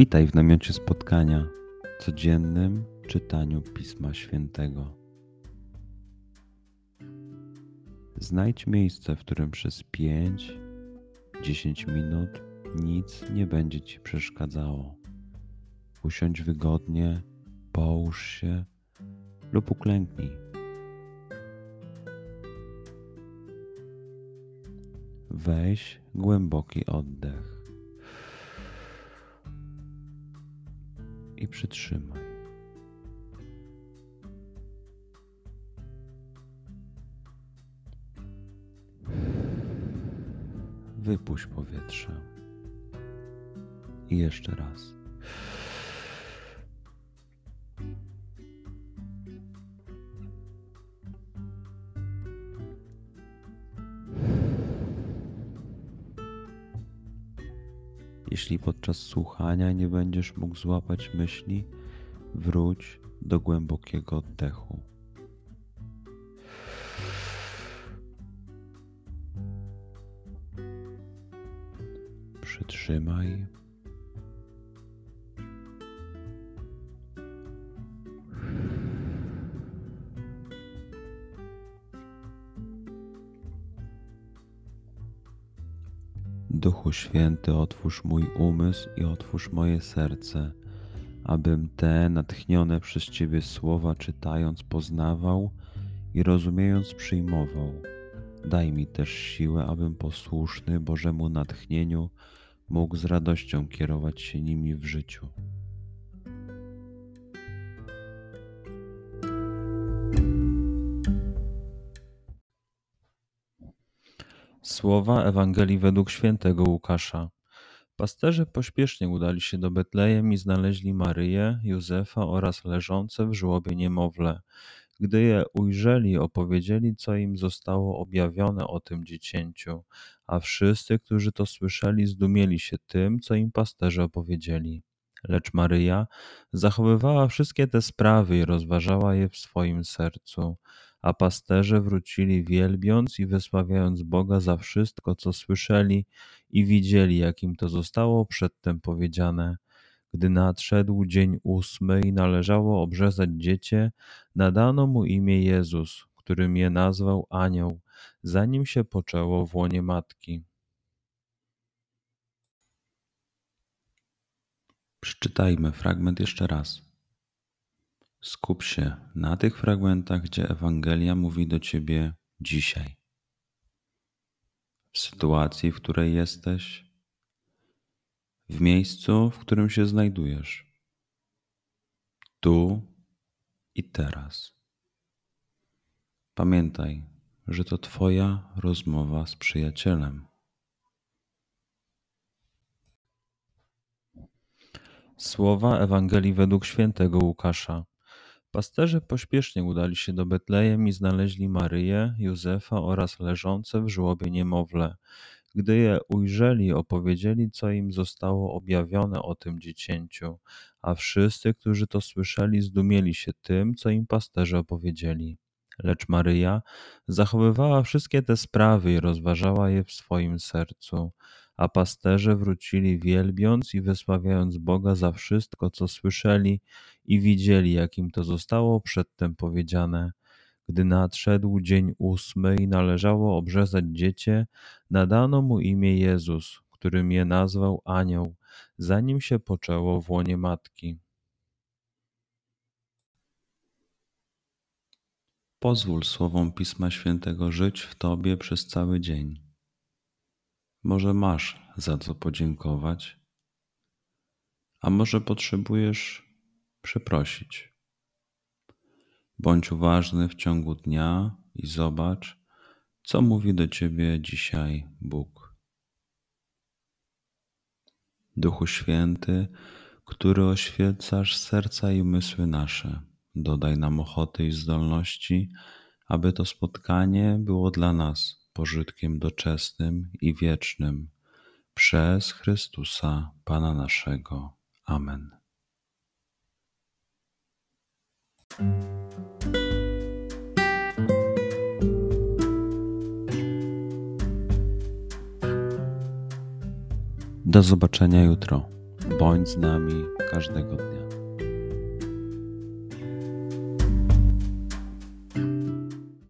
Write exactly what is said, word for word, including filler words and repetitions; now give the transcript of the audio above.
Witaj w namiocie spotkania, codziennym czytaniu Pisma Świętego. Znajdź miejsce, w którym przez pięć do dziesięciu minut nic nie będzie Ci przeszkadzało. Usiądź wygodnie, połóż się lub uklęknij. Weź głęboki oddech i przytrzymaj. Wypuść powietrze. I jeszcze raz. Jeśli podczas słuchania nie będziesz mógł złapać myśli, wróć do głębokiego oddechu. Przytrzymaj. Duchu Święty, otwórz mój umysł i otwórz moje serce, abym te natchnione przez Ciebie słowa czytając poznawał i rozumiejąc przyjmował. Daj mi też siłę, abym posłuszny Bożemu natchnieniu mógł z radością kierować się nimi w życiu. Słowa Ewangelii według świętego Łukasza. Pasterze pośpiesznie udali się do Betlejem i znaleźli Maryję, Józefa oraz leżące w żłobie niemowlę. Gdy je ujrzeli, opowiedzieli, co im zostało objawione o tym dziecięciu, a wszyscy, którzy to słyszeli, zdumieli się tym, co im pasterze opowiedzieli. Lecz Maryja zachowywała wszystkie te sprawy i rozważała je w swoim sercu, a pasterze wrócili wielbiąc i wysławiając Boga za wszystko, co słyszeli i widzieli, jak im to zostało przedtem powiedziane. Gdy nadszedł dzień ósmy i należało obrzezać dziecię, nadano mu imię Jezus, którym je nazwał Anioł, zanim się poczęło w łonie matki. Przeczytajmy fragment jeszcze raz. Skup się na tych fragmentach, gdzie Ewangelia mówi do Ciebie dzisiaj. W sytuacji, w której jesteś, w miejscu, w którym się znajdujesz. Tu i teraz. Pamiętaj, że to Twoja rozmowa z przyjacielem. Słowa Ewangelii według świętego Łukasza. Pasterze pośpiesznie udali się do Betlejem i znaleźli Maryję, Józefa oraz leżące w żłobie niemowlę. Gdy je ujrzeli, opowiedzieli, co im zostało objawione o tym dziecięciu, a wszyscy, którzy to słyszeli, zdumieli się tym, co im pasterze opowiedzieli. Lecz Maryja zachowywała wszystkie te sprawy i rozważała je w swoim sercu, a pasterze wrócili wielbiąc i wysławiając Boga za wszystko, co słyszeli i widzieli, jak im to zostało przedtem powiedziane. Gdy nadszedł dzień ósmy i należało obrzezać dziecię, nadano mu imię Jezus, którym je nazwał Anioł, zanim się poczęło w łonie matki. Pozwól słowom Pisma Świętego żyć w Tobie przez cały dzień. Może masz za co podziękować, a może potrzebujesz przeprosić. Bądź uważny w ciągu dnia i zobacz, co mówi do Ciebie dzisiaj Bóg. Duchu Święty, który oświecasz serca i umysły nasze, dodaj nam ochoty i zdolności, aby to spotkanie było dla nas pożytkiem doczesnym i wiecznym. Przez Chrystusa, Pana naszego. Amen. Do zobaczenia jutro. Bądź z nami każdego dnia.